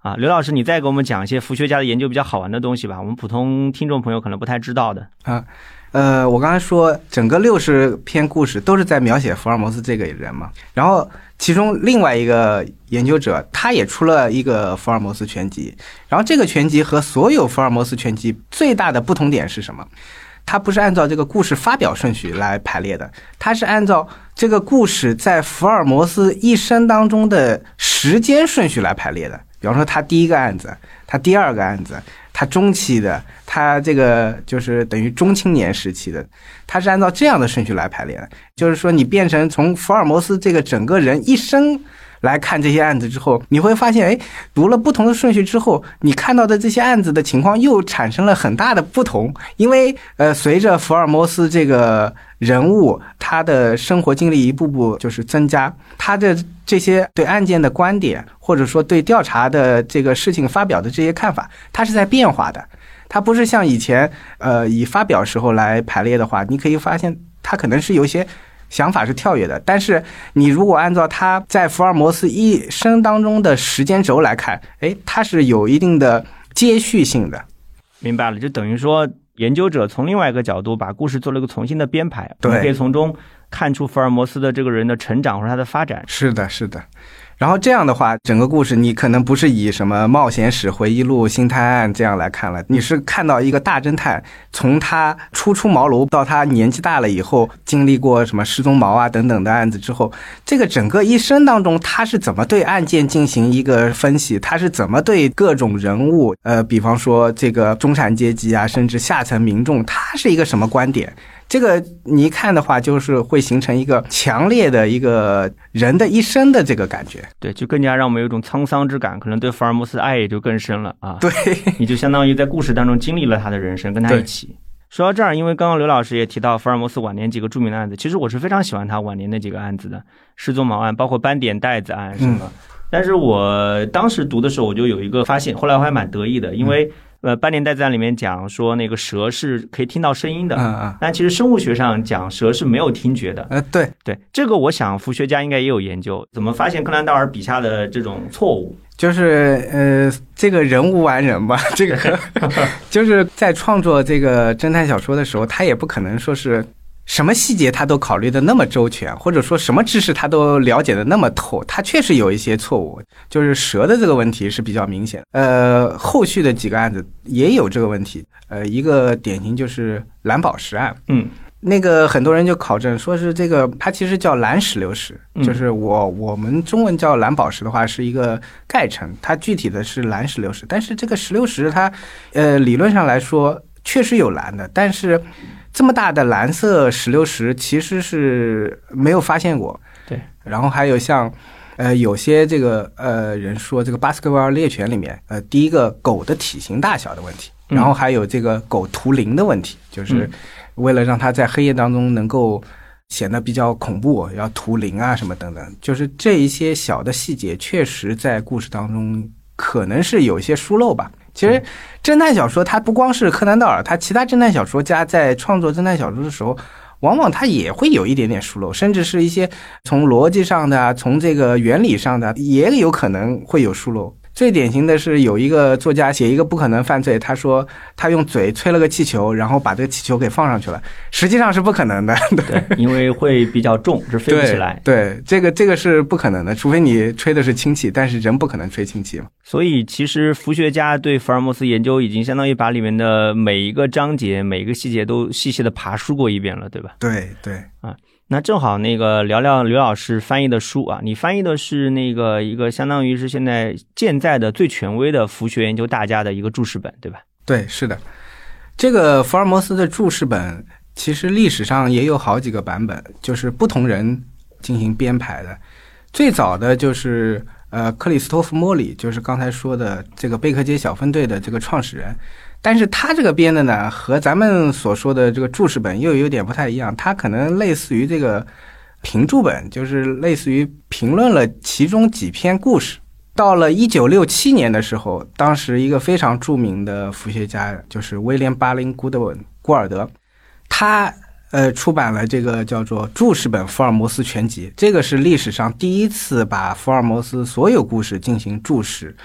S2: 啊。刘老师，你再给我们讲一些佛学家的研究比较好玩的东西吧，我们普通听众朋友可能不太知道的
S3: 啊。我刚才说整个60篇故事都是在描写福尔摩斯这个人嘛，然后其中另外一个研究者他也出了一个福尔摩斯全集，然后这个全集和所有福尔摩斯全集最大的不同点是什么？它不是按照这个故事发表顺序来排列的，它是按照这个故事在福尔摩斯一生当中的时间顺序来排列的。比方说他第一个案子，他第二个案子，他中期的，他这个就是等于中青年时期的，他是按照这样的顺序来排列的。就是说你变成从福尔摩斯这个整个人一生来看这些案子之后，你会发现读了不同的顺序之后，你看到的这些案子的情况又产生了很大的不同。因为随着福尔摩斯这个人物他的生活经历一步步就是增加，他的这些对案件的观点或者说对调查的这个事情发表的这些看法，它是在变化的。它不是像以前以发表时候来排列的话，你可以发现它可能是有一些想法是跳跃的，但是你如果按照他在福尔摩斯一生当中的时间轴来看，它是有一定的接续性的。
S2: 明白了，就等于说研究者从另外一个角度把故事做了一个重新的编排，我们可以从中看出福尔摩斯的这个人的成长或者他的发展。
S3: 是的，是的。然后这样的话，整个故事你可能不是以什么冒险史、回忆录、星探案这样来看了，你是看到一个大侦探从他初出茅庐到他年纪大了以后，经历过什么失踪毛啊等等的案子之后，这个整个一生当中他是怎么对案件进行一个分析，他是怎么对各种人物比方说这个中产阶级啊，甚至下层民众，他是一个什么观点。这个你一看的话，就是会形成一个强烈的一个人的一生的这个感觉。
S2: 对，就更加让我们有一种沧桑之感，可能对福尔摩斯的爱也就更深了啊。
S3: 对，
S2: 你就相当于在故事当中经历了他的人生，跟他一起。说到这儿，因为刚刚刘老师也提到福尔摩斯晚年几个著名的案子，其实我是非常喜欢他晚年那几个案子的，失踪毛案，包括斑点袋子案什么。但是我当时读的时候，我就有一个发现，后来我还蛮得意的，因为斑点袋子案里面讲说那个蛇是可以听到声音的，但其实生物学上讲蛇是没有听觉的。
S3: 对，
S2: 这个我想佛学家应该也有研究，怎么发现柯南道尔笔下的这种错误。
S3: 就是这个人无完人吧，这个就是在创作这个侦探小说的时候，他也不可能说是什么细节他都考虑的那么周全，或者说什么知识他都了解的那么透，他确实有一些错误。就是蛇的这个问题是比较明显，后续的几个案子也有这个问题。一个典型就是蓝宝石案，那个很多人就考证说是这个它其实叫蓝石榴石，就是我们中文叫蓝宝石的话是一个概称，它具体的是蓝石榴石。但是这个石榴石它理论上来说确实有蓝的，但是这么大的蓝色石榴石其实是没有发现过。
S2: 对，
S3: 然后还有像有些这个人说这个巴斯克维尔猎犬里面第一个狗的体型大小的问题，然后还有这个狗图灵的问题，就是为了让它在黑夜当中能够显得比较恐怖，要图灵啊什么等等，就是这一些小的细节确实在故事当中可能是有一些疏漏吧。其实侦探小说它不光是柯南道尔，它其他侦探小说家在创作侦探小说的时候往往它也会有一点点疏漏，甚至是一些从逻辑上的从这个原理上的也有可能会有疏漏。最典型的是有一个作家写一个不可能犯罪，他说他用嘴吹了个气球，然后把这个气球给放上去了，实际上是不可能的。
S2: 对，因为会比较重，是飞不起来。
S3: 对，这个是不可能的，除非你吹的是氢气，但是人不可能吹氢气嘛。
S2: 所以其实佛学家对福尔摩斯研究已经相当于把里面的每一个章节每一个细节都细细的爬梳过一遍了，对吧？
S3: 对
S2: 那正好那个聊聊刘老师翻译的书啊，你翻译的是那个一个相当于是现在健在的最权威的佛学研究大家的一个注释本，对吧？
S3: 对，是的。这个福尔摩斯的注释本其实历史上也有好几个版本，就是不同人进行编排的。最早的就是克里斯托弗·莫里，就是刚才说的这个贝克街小分队的这个创始人。但是他这个编的呢，和咱们所说的这个注释本又有点不太一样，他可能类似于这个评注本，就是类似于评论了其中几篇故事。到了1967年的时候，当时一个非常著名的佛学家就是威廉·巴林·古尔德，他出版了这个叫做注释本福尔摩斯全集，这个是历史上第一次把福尔摩斯所有故事进行注释，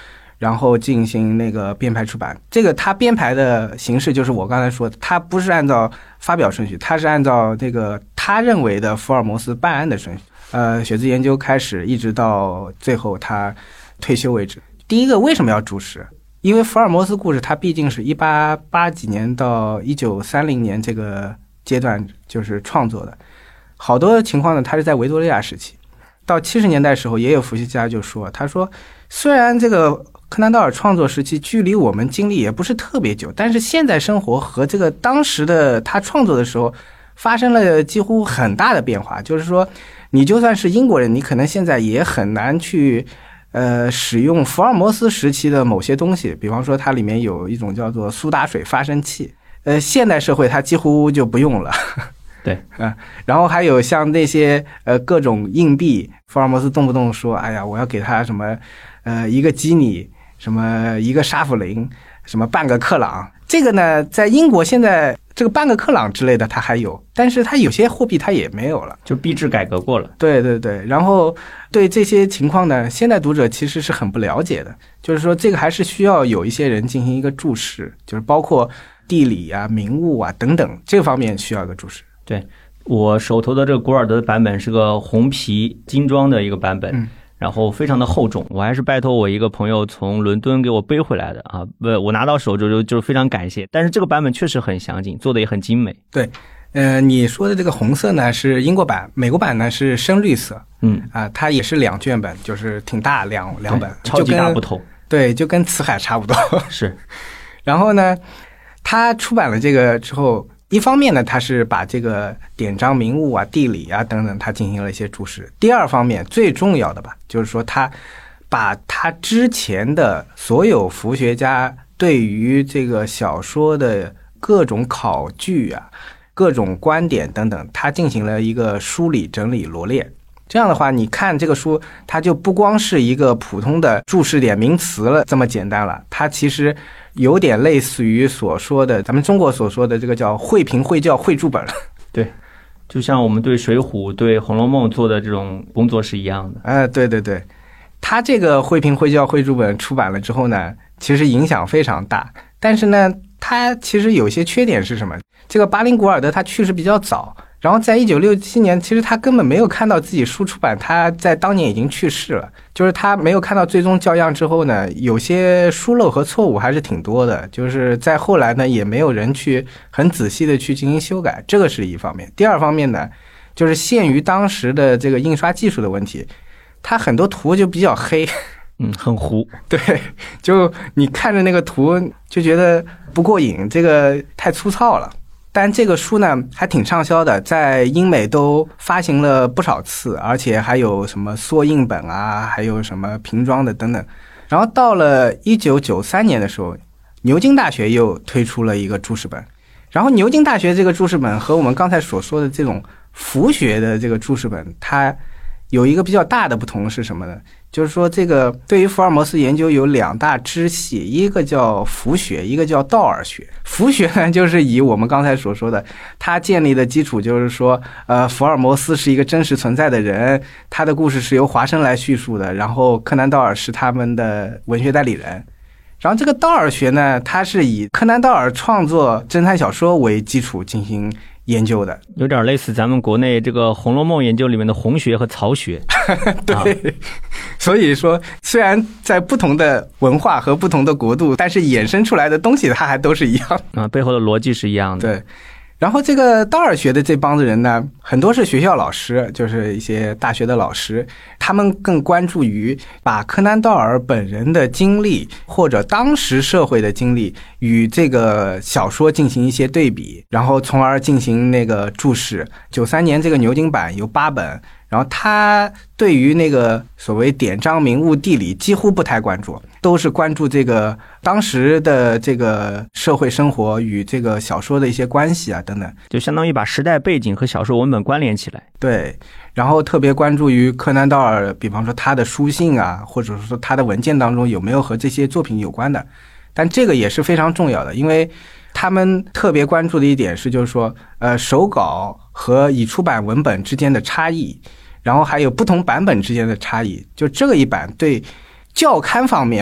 S3: 然后进行那个编排出版。这个他编排的形式就是我刚才说的，他不是按照发表顺序，他是按照这个他认为的福尔摩斯办案的顺序。血字研究开始一直到最后他退休为止。第一个为什么要注释？因为福尔摩斯故事它毕竟是1880几年到1930年这个阶段就是创作的，好多情况呢，它是在维多利亚时期。到70年代时候，也有分析家就说，他说虽然这个柯南道尔创作时期距离我们经历也不是特别久，但是现在生活和这个当时的他创作的时候发生了几乎很大的变化。就是说你就算是英国人，你可能现在也很难去使用福尔摩斯时期的某些东西，比方说它里面有一种叫做苏打水发生器，现代社会它几乎就不用了。
S2: 对，
S3: 然后还有像那些各种硬币，福尔摩斯动不动说，哎呀，我要给他什么一个基尼，什么一个沙弗林，什么半个克朗。这个呢，在英国现在这个半个克朗之类的它还有，但是它有些货币它也没有了，
S2: 就币制改革过了。
S3: 对对对，然后对这些情况呢，现代读者其实是很不了解的，就是说这个还是需要有一些人进行一个注释，就是包括地理啊、名物啊等等这方面需要一个注释。
S2: 对，我手头的这个古尔德的版本是个红皮精装的一个版本，然后非常的厚重，我还是拜托我一个朋友从伦敦给我背回来的啊，我拿到手就非常感谢。但是这个版本确实很详尽，做的也很精美。
S3: 对，你说的这个红色呢是英国版，美国版呢是深绿色，它也是2卷本，就是挺大两本，
S2: 超级大不同。
S3: 对，就跟辞海差不多。
S2: 是，
S3: 然后呢，他出版了这个之后，一方面呢，他是把这个典章名物啊、地理啊等等，他进行了一些注释。第二方面，最重要的吧，就是说他把他之前的所有佛学家对于这个小说的各种考据啊、各种观点等等，他进行了一个梳理、整理、罗列。这样的话，你看这个书，它就不光是一个普通的注释点名词了这么简单了，它其实有点类似于所说的咱们中国所说的这个叫会评会教会注本。
S2: 对，就像我们对水浒对红楼梦做的这种工作是一样的。
S3: 对对对，它这个会评会教会注本出版了之后呢，其实影响非常大，但是呢它其实有些缺点是什么？这个巴林古尔德他去世比较早，然后在1967年其实他根本没有看到自己书出版，他在当年已经去世了，就是他没有看到最终校样之后呢，有些疏漏和错误还是挺多的，就是在后来呢也没有人去很仔细的去进行修改，这个是一方面。第二方面呢，就是限于当时的这个印刷技术的问题，它很多图就比较黑，
S2: 很糊。
S3: 对，就你看着那个图就觉得不过瘾，这个太粗糙了。但这个书呢还挺畅销的，在英美都发行了不少次，而且还有什么缩印本啊，还有什么瓶装的等等。然后到了1993年的时候，牛津大学又推出了一个注释本。然后牛津大学这个注释本和我们刚才所说的这种佛学的这个注释本，它有一个比较大的不同是什么呢？就是说这个对于福尔摩斯研究有2大支系，一个叫佛学，一个叫道尔学。佛学呢，就是以我们刚才所说的，他建立的基础就是说，福尔摩斯是一个真实存在的人，他的故事是由华生来叙述的，然后柯南道尔是他们的文学代理人。然后这个道尔学呢，它是以柯南道尔创作侦探小说为基础进行研究的，
S2: 有点类似咱们国内这个《红楼梦》研究里面的红学和曹学。
S3: 对，所以说虽然在不同的文化和不同的国度，但是衍生出来的东西它还都是一样
S2: 背后的逻辑是一样的。
S3: 对。然后这个道尔学的这帮子人呢，很多是学校老师，就是一些大学的老师，他们更关注于把柯南道尔本人的经历或者当时社会的经历与这个小说进行一些对比，然后从而进行那个注释。93年这个牛津版有8本，然后他对于那个所谓典章名物地理几乎不太关注，都是关注这个当时的这个社会生活与这个小说的一些关系啊等等，
S2: 就相当于把时代背景和小说文本关联起来。
S3: 对，然后特别关注于柯南道尔，比方说他的书信啊，或者说他的文件当中有没有和这些作品有关的。但这个也是非常重要的，因为他们特别关注的一点是，就是说手稿和已出版文本之间的差异，然后还有不同版本之间的差异，就这个一版对校刊方面吧，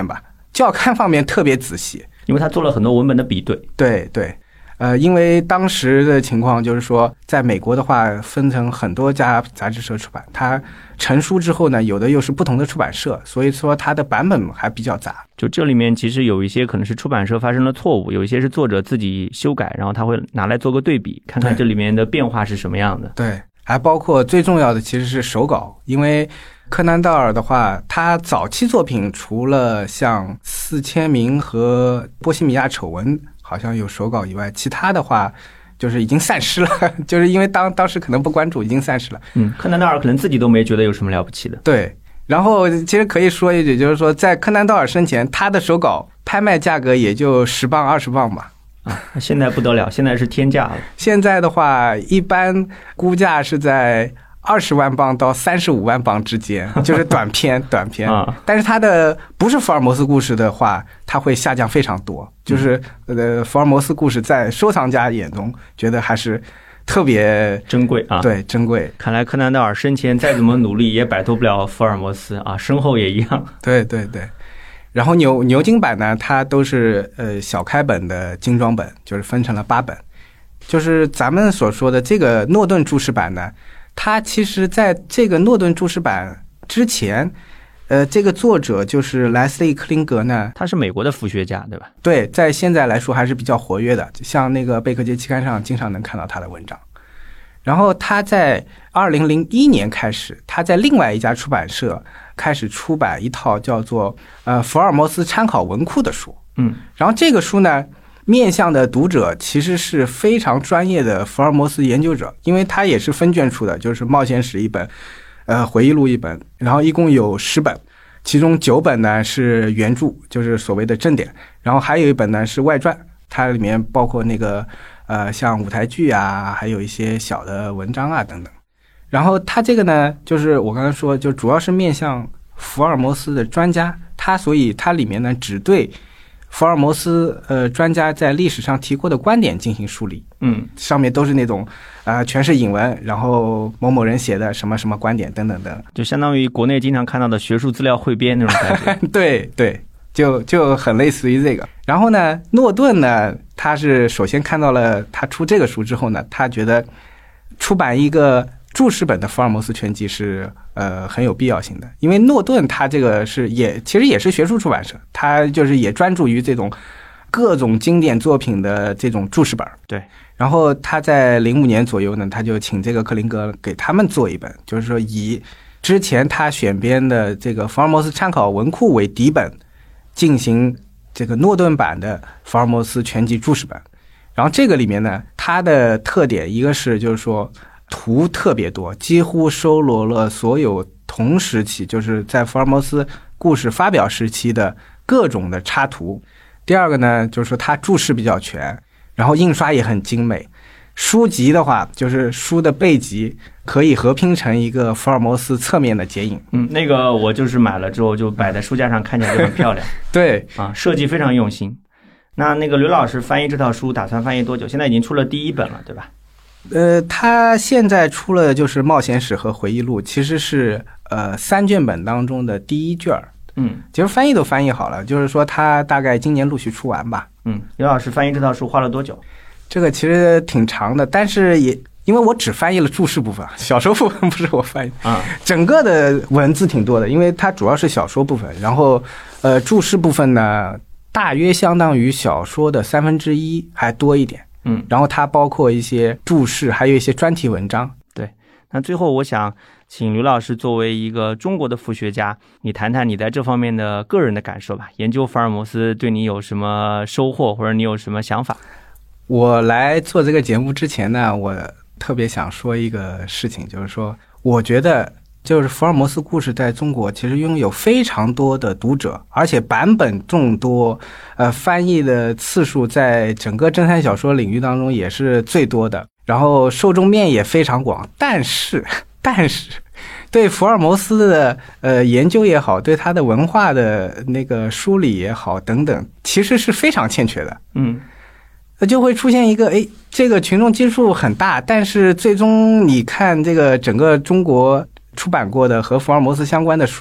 S3: 校勘方面特别仔细，
S2: 因为他做了很多文本的比对。
S3: 对对。因为当时的情况就是说，在美国的话分成很多家杂志社出版，它成书之后呢，有的又是不同的出版社，所以说它的版本还比较杂。
S2: 就这里面其实有一些可能是出版社发生了错误，有一些是作者自己修改，然后他会拿来做个对比，看看这里面的变化是什么样的。
S3: 对，还包括最重要的其实是手稿，因为柯南道尔的话，他早期作品除了像《四千名》和《波西米亚丑闻》好像有手稿以外，其他的话就是已经散失了，就是因为当时可能不关注，已经散失了。
S2: 柯南道尔可能自己都没觉得有什么了不起的。
S3: 对，然后其实可以说一句，就是说在柯南道尔生前，他的手稿拍卖价格也就10磅20磅吧。
S2: 现在不得了，现在是天价了。
S3: 现在的话，一般估价是在20万磅到35万磅之间，就是短篇。但是它的不是福尔摩斯故事的话，它会下降非常多。就是福尔摩斯故事在收藏家眼中觉得还是特别
S2: 珍贵啊。
S3: 对，珍贵。
S2: 看来柯南道尔生前再怎么努力也摆脱不了福尔摩斯啊，身后也一样。
S3: 对对对。然后牛津版呢，它都是小开本的精装本，就是分成了8本。就是咱们所说的这个诺顿注释版呢，它其实在这个诺顿注释版之前，这个作者就是莱斯利·克林格呢，
S2: 他是美国的佛学家，对吧？
S3: 对，在现在来说还是比较活跃的，像那个贝克街期刊上经常能看到他的文章。然后他在2001年开始，他在另外一家出版社开始出版一套叫做福尔摩斯参考文库的书。然后这个书呢，面向的读者其实是非常专业的福尔摩斯研究者，因为它也是分卷出的，就是冒险史一本，回忆录一本，然后一共有10本，其中9本呢是原著，就是所谓的正典，然后还有一本呢是外传，它里面包括那个像舞台剧啊，还有一些小的文章啊等等。然后它这个呢，就是我刚才说，就主要是面向福尔摩斯的专家，所以它里面呢只对福尔摩斯专家在历史上提过的观点进行梳理。上面都是那种全是引文，然后某某人写的什么什么观点等等等，
S2: 就相当于国内经常看到的学术资料汇编那种感觉。
S3: 对对，就很类似于这个。然后呢，诺顿呢，他是首先看到了他出这个书之后呢，他觉得出版一个注释本的福尔摩斯全集是很有必要性的，因为诺顿他这个其实也是学术出版社，他就是也专注于这种各种经典作品的这种注释本。
S2: 对，
S3: 然后他在05年左右呢，他就请这个克林格给他们做一本，就是说以之前他选编的这个福尔摩斯参考文库为底本，进行这个诺顿版的福尔摩斯全集注释本。然后这个里面呢，它的特点一个是就是说图特别多，几乎收罗了所有同时期就是在福尔摩斯故事发表时期的各种的插图。第二个呢，就是说它注释比较全，然后印刷也很精美。书籍的话，就是书的背集可以合拼成一个福尔摩斯侧面的剪影。
S2: 那个我就是买了之后就摆在书架上，看起来就很漂亮。
S3: 对
S2: 啊，设计非常用心。那个刘老师翻译这套书打算翻译多久？现在已经出了第1本了，对吧？
S3: 他现在出了就是冒险史和回忆录，其实是3卷本当中的第1卷。其实翻译都翻译好了，就是说他大概今年陆续出完吧。
S2: 刘老师翻译这套书花了多久？
S3: 这个其实挺长的，但是也因为我只翻译了注释部分，小说部分不是我翻译整个的文字挺多的，因为它主要是小说部分，然后注释部分呢大约相当于小说的1/3还多一点。然后它包括一些注释，还有一些专题文章。
S2: 对，那最后我想请刘老师作为一个中国的佛学家，你谈谈你在这方面的个人的感受吧。研究福尔摩斯对你有什么收获，或者你有什么想法？
S3: 我来做这个节目之前呢，我特别想说一个事情，就是说我觉得就是福尔摩斯故事在中国其实拥有非常多的读者，而且版本众多，翻译的次数在整个侦探小说领域当中也是最多的，然后受众面也非常广。但是对福尔摩斯的研究也好，对他的文化的那个梳理也好等等，其实是非常欠缺的。就会出现一个这个群众基数很大，但是最终你看这个整个中国出版过的和福尔摩斯相关的书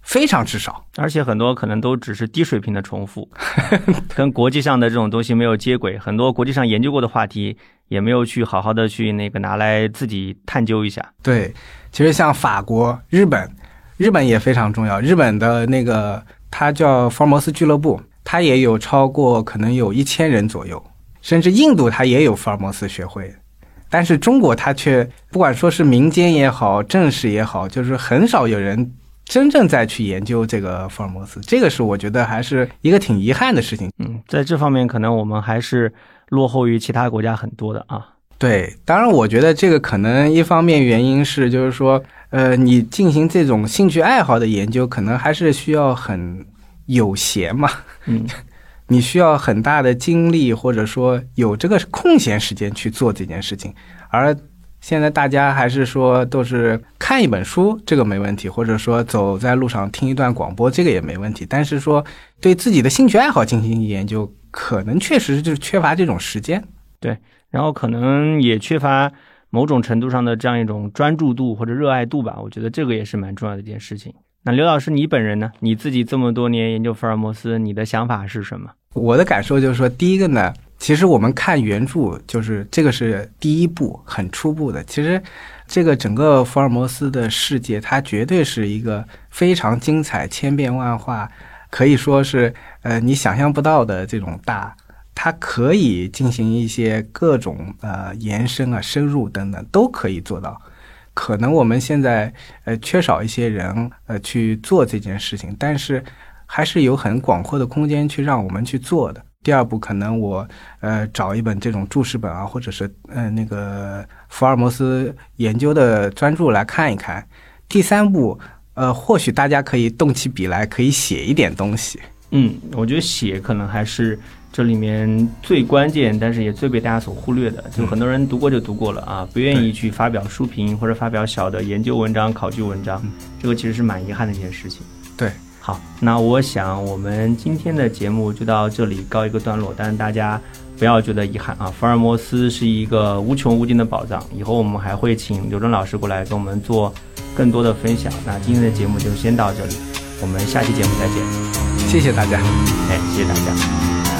S3: 非常之少，
S2: 而且很多可能都只是低水平的重复，跟国际上的这种东西没有接轨，很多国际上研究过的话题也没有去好好的去拿来自己探究一下。
S3: 对，其实像法国、日本也非常重要。日本的它叫福尔摩斯俱乐部，它也有超过可能有1000人左右，甚至印度它也有福尔摩斯学会。但是中国它却不管说是民间也好，正式也好，就是很少有人真正在去研究这个福尔摩斯，这个是我觉得还是一个挺遗憾的事情。
S2: 在这方面可能我们还是落后于其他国家很多的啊。
S3: 对，当然我觉得这个可能一方面原因是就是说你进行这种兴趣爱好的研究可能还是需要很有闲嘛，你需要很大的精力或者说有这个空闲时间去做这件事情，而现在大家还是说都是看一本书，这个没问题，或者说走在路上听一段广播，这个也没问题。但是说对自己的兴趣爱好进行研究，可能确实就是缺乏这种时间。
S2: 对，然后可能也缺乏某种程度上的这样一种专注度或者热爱度吧，我觉得这个也是蛮重要的一件事情。那刘老师你本人呢？你自己这么多年研究福尔摩斯，你的想法是什么？
S3: 我的感受就是说，第一个呢，其实我们看原著，就是这个是第一步，很初步的。其实这个整个福尔摩斯的世界，它绝对是一个非常精彩、千变万化，可以说是你想象不到的这种大。它可以进行一些各种延伸啊、深入等等，都可以做到。可能我们现在缺少一些人去做这件事情，但是还是有很广阔的空间去让我们去做的。第二步，可能我找一本这种注释本啊，或者是福尔摩斯研究的专著来看一看。第三步，或许大家可以动起笔来，可以写一点东西。
S2: 我觉得写可能还是这里面最关键，但是也最被大家所忽略的。就很多人读过就读过了啊，不愿意去发表书评或者发表小的研究文章、考据文章，这个其实是蛮遗憾的一件事情。
S3: 对。
S2: 好，那我想我们今天的节目就到这里告一个段落，但是大家不要觉得遗憾啊，福尔摩斯是一个无穷无尽的宝藏，以后我们还会请刘真老师过来跟我们做更多的分享。那今天的节目就先到这里，我们下期节目再见。
S3: 谢谢大家。
S2: 谢谢大家。